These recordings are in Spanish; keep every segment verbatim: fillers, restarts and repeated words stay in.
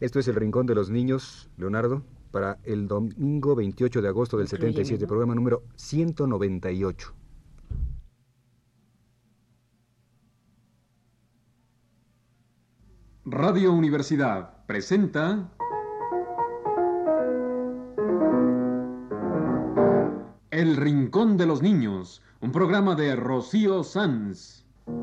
Esto es El Rincón de los Niños, Leonardo, para el domingo veintiocho de agosto del setenta y siete, programa número ciento noventa y ocho. Radio Universidad presenta El Rincón de los Niños, un programa de Rocío Sanz.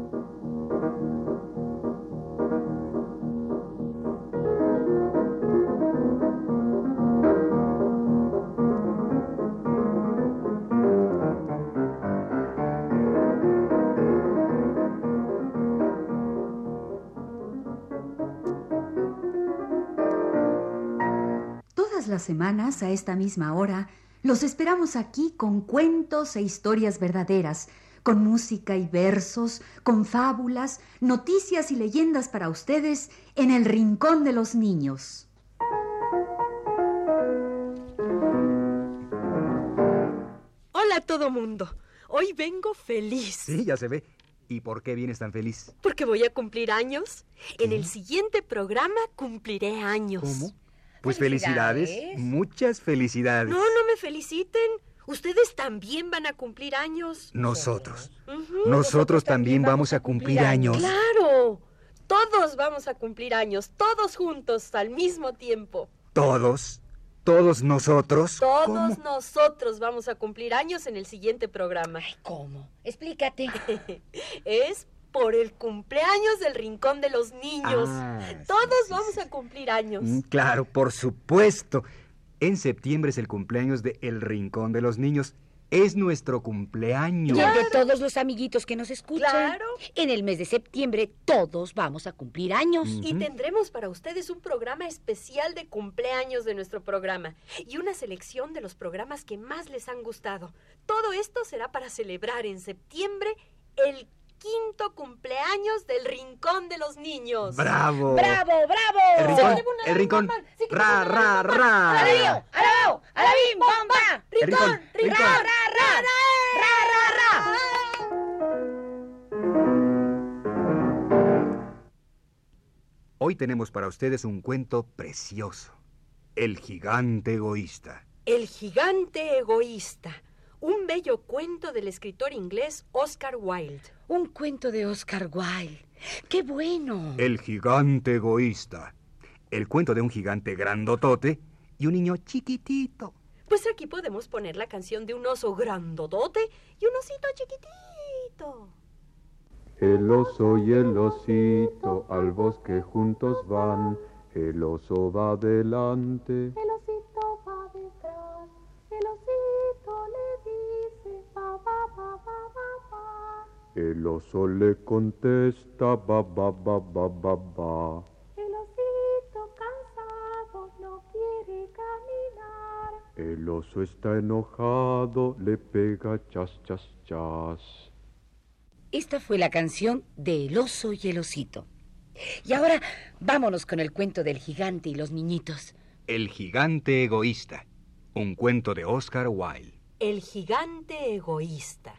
Las semanas, a esta misma hora, los esperamos aquí con cuentos e historias verdaderas, con música y versos, con fábulas, noticias y leyendas para ustedes en El Rincón de los Niños. Hola a todo mundo. Hoy vengo feliz. Sí, ya se ve. ¿Y por qué vienes tan feliz? Porque voy a cumplir años. ¿Qué? En el siguiente programa cumpliré años. ¿Cómo? Pues felicidades. felicidades, muchas felicidades. No, no me feliciten. Ustedes también van a cumplir años. Nosotros. Uh-huh. Nosotros, Nosotros también vamos a cumplir años. ¡Claro! Todos vamos a cumplir años, todos juntos, al mismo tiempo. ¿Todos? ¿Todos nosotros? Todos ¿Cómo? nosotros vamos a cumplir años en el siguiente programa. Ay, ¿cómo? Explícate. Es por el cumpleaños del Rincón de los Niños. Ah, Todos sí, sí, vamos sí. a cumplir años. Claro, por supuesto. En septiembre es el cumpleaños de El Rincón de los Niños. Es nuestro cumpleaños. Y el de todos los amiguitos que nos escuchan. Claro. En el mes de septiembre todos vamos a cumplir años. Uh-huh. Y tendremos para ustedes un programa especial de cumpleaños de nuestro programa. Y una selección de los programas que más les han gustado. Todo esto será para celebrar en septiembre el quinto cumpleaños del Rincón de los Niños. ¡Bravo! ¡Bravo, bravo! El Rincón, el Rincón. Sí, ra, ra, ra. ¡Alabío, alabao, alabim, bomba! ¡Rincón, Rincón! ¡Ra, ra, ra! ¡Ra, ra, ra! Hoy tenemos para ustedes un cuento precioso. El gigante egoísta. El gigante egoísta. Un bello cuento del escritor inglés Oscar Wilde. Un cuento de Oscar Wilde. ¡Qué bueno! El gigante egoísta. El cuento de un gigante grandotote y un niño chiquitito. Pues aquí podemos poner la canción de un oso grandotote y un osito chiquitito. El oso y el osito al bosque juntos van. El oso va adelante. El osito va detrás. El osito le dice ba, ba, ba, ba, ba, ba. El oso le contesta ba, ba, ba, ba, ba, ba. El osito cansado no quiere caminar. El oso está enojado, le pega chas, chas, chas. Esta fue la canción de El oso y el osito. Y ahora vámonos con el cuento del gigante y los niñitos. El gigante egoísta. Un cuento de Oscar Wilde. El gigante egoísta.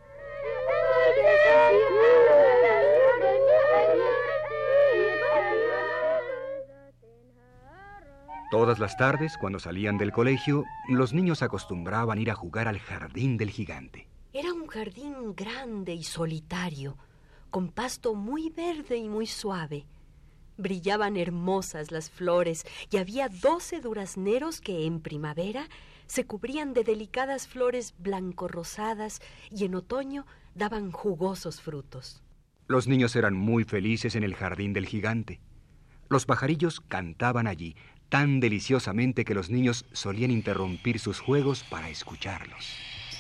Todas las tardes, cuando salían del colegio, los niños acostumbraban ir a jugar al jardín del gigante. Era un jardín grande y solitario, con pasto muy verde y muy suave. Brillaban hermosas las flores y había doce durazneros que en primavera se cubrían de delicadas flores blanco-rosadas y en otoño daban jugosos frutos. Los niños eran muy felices en el jardín del gigante. Los pajarillos cantaban allí tan deliciosamente que los niños solían interrumpir sus juegos para escucharlos.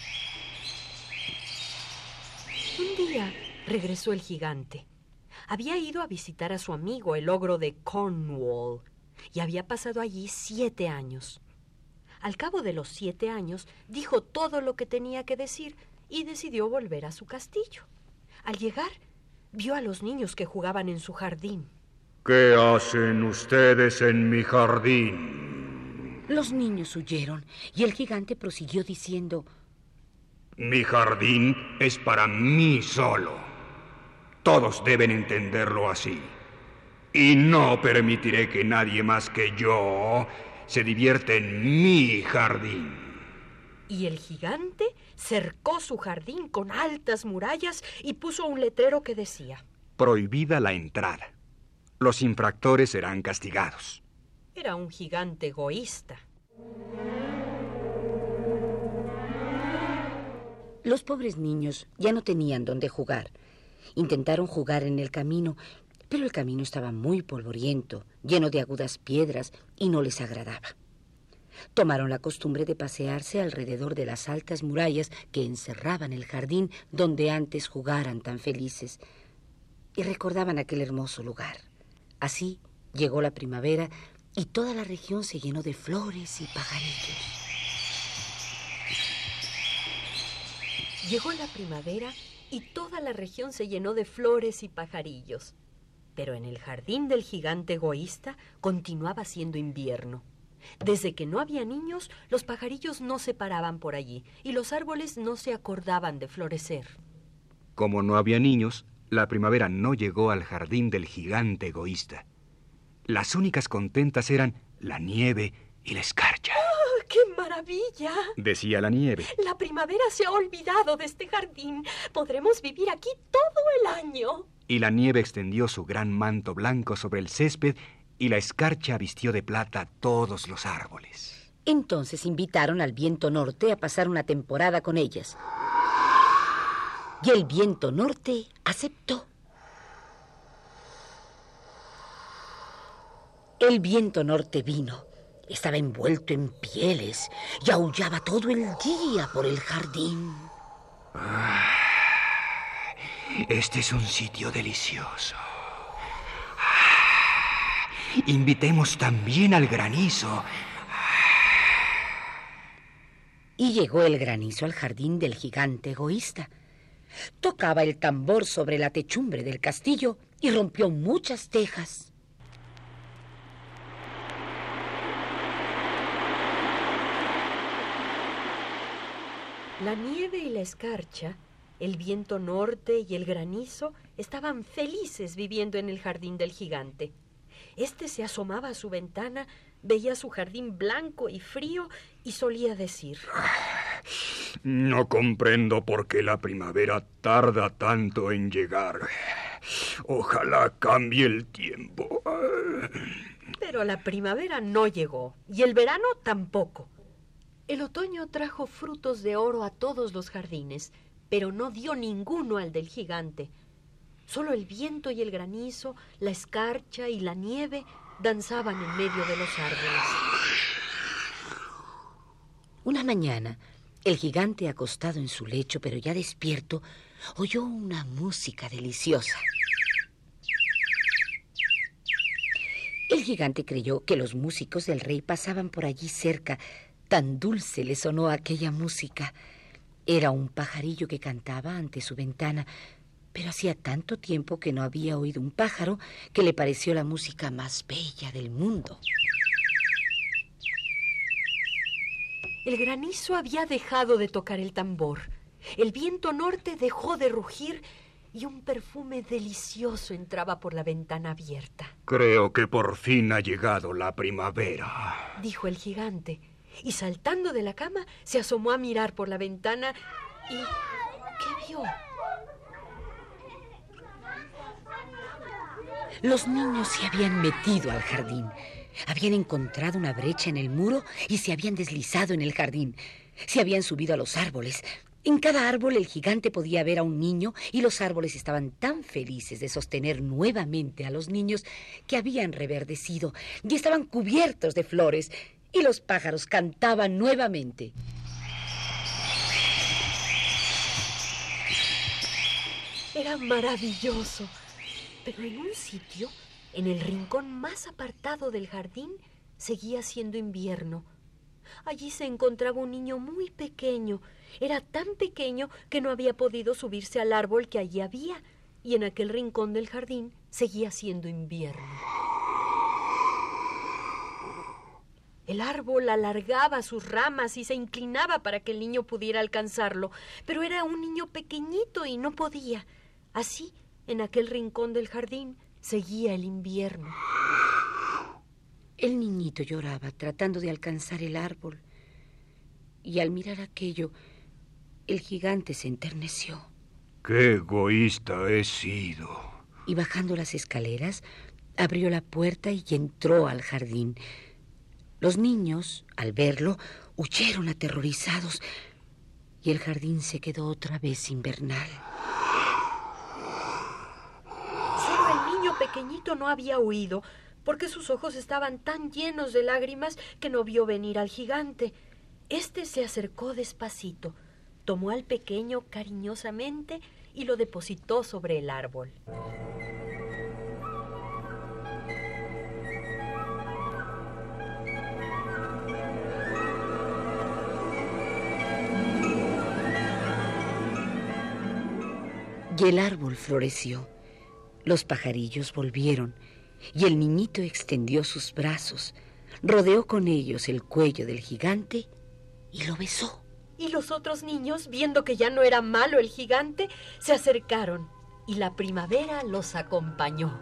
Un día regresó el gigante. Había ido a visitar a su amigo, el ogro de Cornwall, y había pasado allí siete años. Al cabo de los siete años, dijo todo lo que tenía que decir y decidió volver a su castillo. Al llegar, vio a los niños que jugaban en su jardín. ¿Qué hacen ustedes en mi jardín? Los niños huyeron y el gigante prosiguió diciendo: Mi jardín es para mí solo. Todos deben entenderlo así. Y no permitiré que nadie más que yo se divierta en mi jardín. Y el gigante cercó su jardín con altas murallas y puso un letrero que decía: prohibida la entrada. Los infractores serán castigados. Era un gigante egoísta. Los pobres niños ya no tenían dónde jugar. Intentaron jugar en el camino, pero el camino estaba muy polvoriento, lleno de agudas piedras, y no les agradaba. Tomaron la costumbre de pasearse alrededor de las altas murallas que encerraban el jardín donde antes jugaran tan felices, y recordaban aquel hermoso lugar. Así llegó la primavera y toda la región se llenó de flores y pajarillos. Llegó la primavera y toda la región se llenó de flores y pajarillos. Pero en el jardín del gigante egoísta continuaba siendo invierno. Desde que no había niños, los pajarillos no se paraban por allí y los árboles no se acordaban de florecer. Como no había niños, la primavera no llegó al jardín del gigante egoísta. Las únicas contentas eran la nieve y la escarcha. ¡Oh, qué maravilla! Decía la nieve. La primavera se ha olvidado de este jardín. Podremos vivir aquí todo el año. Y la nieve extendió su gran manto blanco sobre el césped y la escarcha vistió de plata todos los árboles. Entonces invitaron al viento norte a pasar una temporada con ellas. Y el viento norte aceptó. El viento norte vino. Estaba envuelto en pieles y aullaba todo el día por el jardín. Ah, este es un sitio delicioso. Ah, invitemos también al granizo. Y llegó el granizo al jardín del gigante egoísta. Tocaba el tambor sobre la techumbre del castillo y rompió muchas tejas. La nieve y la escarcha, el viento norte y el granizo estaban felices viviendo en el jardín del gigante. Este se asomaba a su ventana, veía su jardín blanco y frío y solía decir: no comprendo por qué la primavera tarda tanto en llegar. Ojalá cambie el tiempo. Pero la primavera no llegó y el verano tampoco. El otoño trajo frutos de oro a todos los jardines, pero no dio ninguno al del gigante. Solo el viento y el granizo, la escarcha y la nieve danzaban en medio de los árboles. Una mañana, el gigante, acostado en su lecho, pero ya despierto, oyó una música deliciosa. El gigante creyó que los músicos del rey pasaban por allí cerca. Tan dulce le sonó aquella música. Era un pajarillo que cantaba ante su ventana, pero hacía tanto tiempo que no había oído un pájaro que le pareció la música más bella del mundo. El granizo había dejado de tocar el tambor. El viento norte dejó de rugir y un perfume delicioso entraba por la ventana abierta. Creo que por fin ha llegado la primavera, dijo el gigante. Y saltando de la cama, se asomó a mirar por la ventana y... ¿qué vio? Los niños se habían metido al jardín. Habían encontrado una brecha en el muro y se habían deslizado en el jardín. Se habían subido a los árboles. En cada árbol el gigante podía ver a un niño y los árboles estaban tan felices de sostener nuevamente a los niños que habían reverdecido y estaban cubiertos de flores. Y los pájaros cantaban nuevamente. Era maravilloso. Pero en un sitio, en el rincón más apartado del jardín, seguía siendo invierno. Allí se encontraba un niño muy pequeño. Era tan pequeño que no había podido subirse al árbol que allí había. Y en aquel rincón del jardín seguía siendo invierno. El árbol alargaba sus ramas y se inclinaba para que el niño pudiera alcanzarlo, pero era un niño pequeñito y no podía. Así, en aquel rincón del jardín, seguía el invierno. El niñito lloraba tratando de alcanzar el árbol. Y al mirar aquello, el gigante se enterneció. ¡Qué egoísta he sido! Y bajando las escaleras, abrió la puerta y entró al jardín. Los niños, al verlo, huyeron aterrorizados y el jardín se quedó otra vez invernal. Solo el niño pequeñito no había huido, porque sus ojos estaban tan llenos de lágrimas que no vio venir al gigante. Este se acercó despacito, tomó al pequeño cariñosamente y lo depositó sobre el árbol. Y el árbol floreció. Los pajarillos volvieron y el niñito extendió sus brazos, rodeó con ellos el cuello del gigante y lo besó. Y los otros niños, viendo que ya no era malo el gigante, se acercaron y la primavera los acompañó.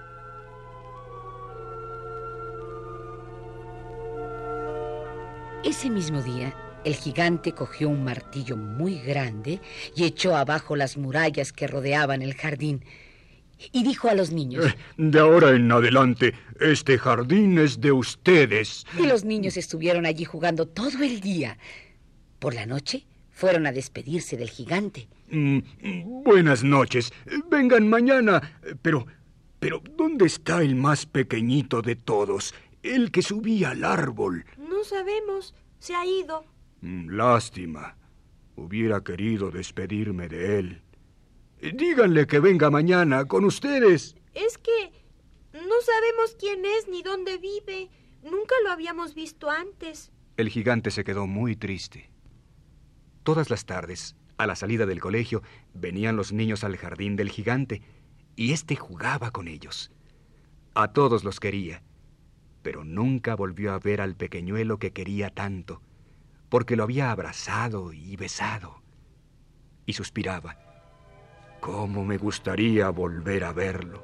Ese mismo día, el gigante cogió un martillo muy grande y echó abajo las murallas que rodeaban el jardín. Y dijo a los niños: Eh, de ahora en adelante, este jardín es de ustedes. Y los niños estuvieron allí jugando todo el día. Por la noche, fueron a despedirse del gigante. Mm, buenas noches. Vengan mañana. Pero, pero, ¿dónde está el más pequeñito de todos? El que subía al árbol. No sabemos. Se ha ido. Mm, lástima. Hubiera querido despedirme de él. Díganle que venga mañana con ustedes. Es que no sabemos quién es ni dónde vive. Nunca lo habíamos visto antes. El gigante se quedó muy triste. Todas las tardes, a la salida del colegio, venían los niños al jardín del gigante y éste jugaba con ellos. A todos los quería, pero nunca volvió a ver al pequeñuelo que quería tanto, porque lo había abrazado y besado. Y suspiraba: ¿cómo me gustaría volver a verlo?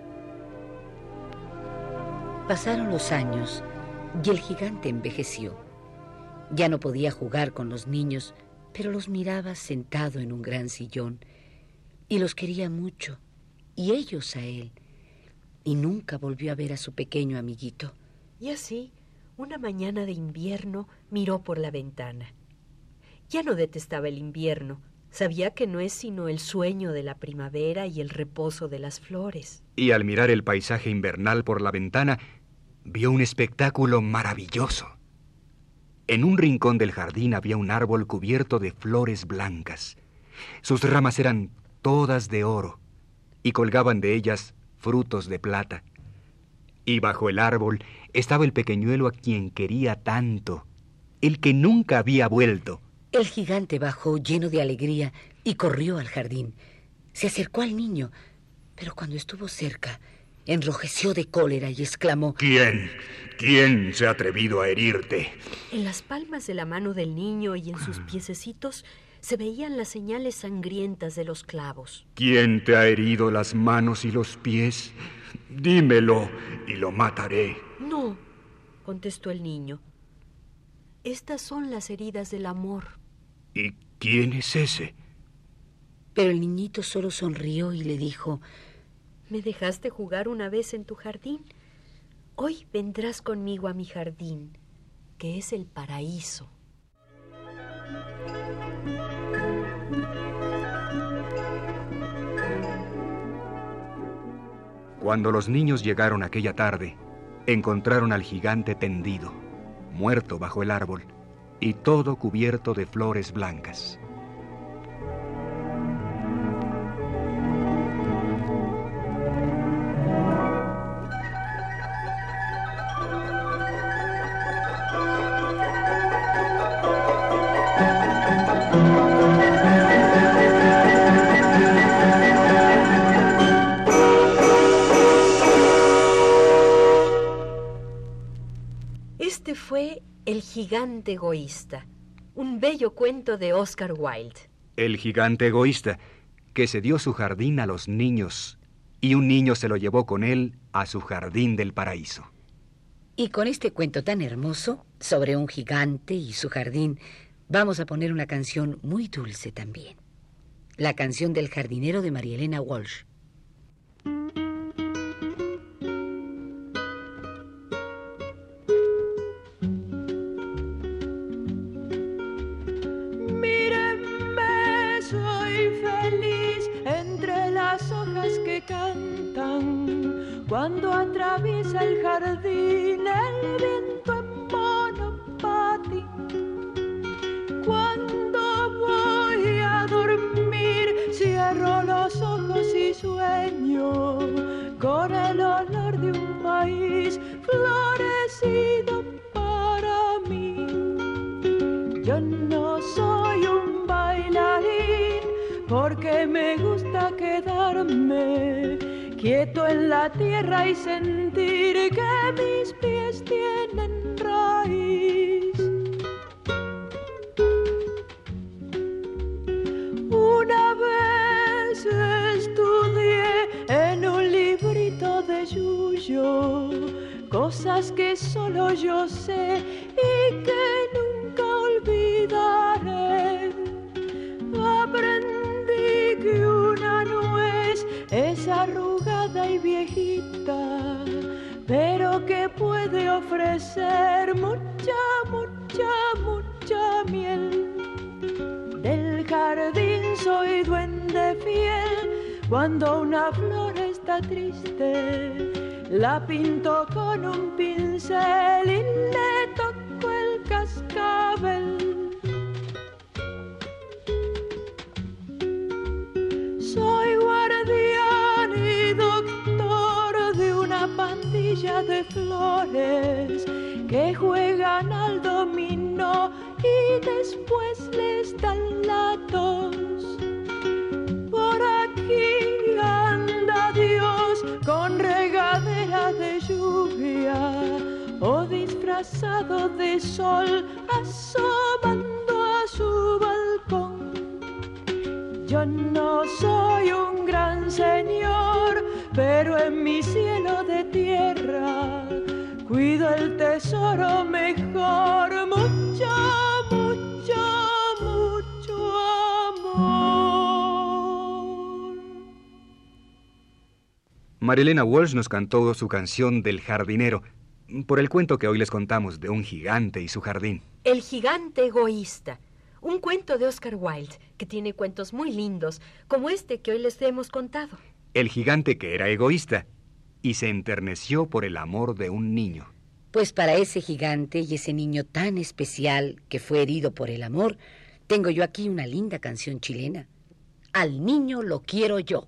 Pasaron los años y el gigante envejeció. Ya no podía jugar con los niños, pero los miraba sentado en un gran sillón y los quería mucho, y ellos a él. Y nunca volvió a ver a su pequeño amiguito. Y así, una mañana de invierno, miró por la ventana. Ya no detestaba el invierno. Sabía que no es sino el sueño de la primavera y el reposo de las flores. Y al mirar el paisaje invernal por la ventana, vio un espectáculo maravilloso. En un rincón del jardín había un árbol cubierto de flores blancas. Sus ramas eran todas de oro y colgaban de ellas frutos de plata. Y bajo el árbol estaba el pequeñuelo a quien quería tanto, el que nunca había vuelto. El gigante bajó lleno de alegría y corrió al jardín. Se acercó al niño, pero cuando estuvo cerca, enrojeció de cólera y exclamó: ¿Quién? ¿Quién se ha atrevido a herirte? En las palmas de la mano del niño y en sus piececitos se veían las señales sangrientas de los clavos. ¿Quién te ha herido las manos y los pies? Dímelo y lo mataré. No, contestó el niño. Estas son las heridas del amor. ¿Y quién es ese? Pero el niñito solo sonrió y le dijo: ¿me dejaste jugar una vez en tu jardín? Hoy vendrás conmigo a mi jardín, que es el paraíso. Cuando los niños llegaron aquella tarde, encontraron al gigante tendido, muerto bajo el árbol, y todo cubierto de flores blancas. Este fue El gigante egoísta, un bello cuento de Oscar Wilde. El gigante egoísta, que cedió su jardín a los niños y un niño se lo llevó con él a su jardín del paraíso. Y con este cuento tan hermoso sobre un gigante y su jardín, vamos a poner una canción muy dulce también. La canción del jardinero de María Elena Walsh. Mírenme, soy feliz entre las hojas que cantan. Cuando atraviesa el jardín el viento en monopatín. Cuando voy a dormir cierro los ojos y sueño con el olor de un país florecido para mí. Yo no soy un bailarín porque me gusta quedarme quieto en la tierra y sentir que mis pies tienen raíz. Una vez estudié en un librito de Yuyo cosas que solo yo sé y que nunca olvidaré. Aprendí que una nuez es arrugada y viejita, pero que puede ofrecer mucha, mucha, mucha miel. Del jardín soy duende fiel, cuando una flor está triste, la pinto con un pincel y le toco el cascabel. Soy guardián y doctor de una pandilla de flores que juegan al dominó y después les dan la tos. Por aquí anda Dios con regadera de lluvia o disfrazado de sol asomando a su balcón. Yo no soy un gran señor, pero en mi cielo de tierra cuido el tesoro mejor, mucho, mucho, mucho amor. María Elena Walsh nos cantó su canción del jardinero, por el cuento que hoy les contamos de un gigante y su jardín. El gigante egoísta. Un cuento de Oscar Wilde, que tiene cuentos muy lindos, como este que hoy les hemos contado. El gigante que era egoísta y se enterneció por el amor de un niño. Pues para ese gigante y ese niño tan especial que fue herido por el amor, tengo yo aquí una linda canción chilena. Al niño lo quiero yo.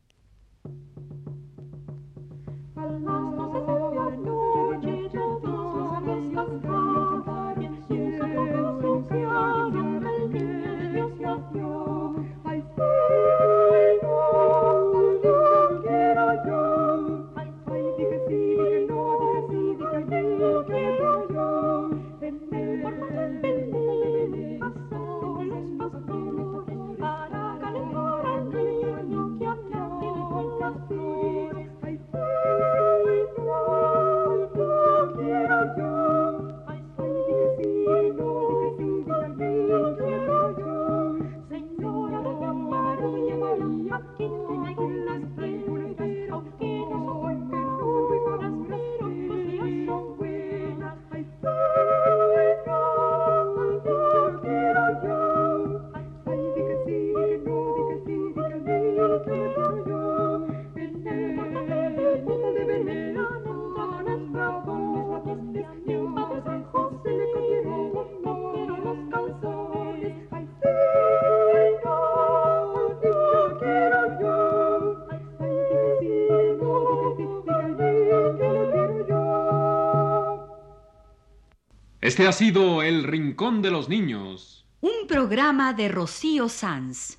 Este ha sido El Rincón de los Niños. Un programa de Rocío Sanz.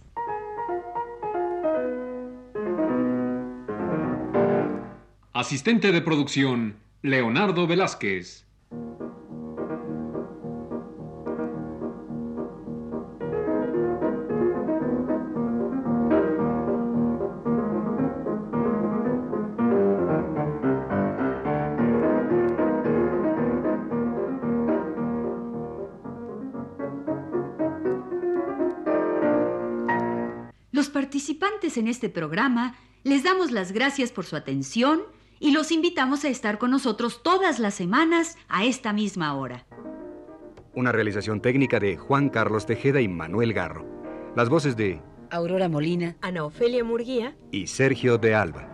Asistente de producción, Leonardo Velázquez. los participantes en este programa les damos las gracias por su atención y los invitamos a estar con nosotros todas las semanas a esta misma hora. Una realización técnica de Juan Carlos Tejeda y Manuel Garro. Las voces de Aurora Molina, Ana Ofelia Murguía y Sergio de Alba.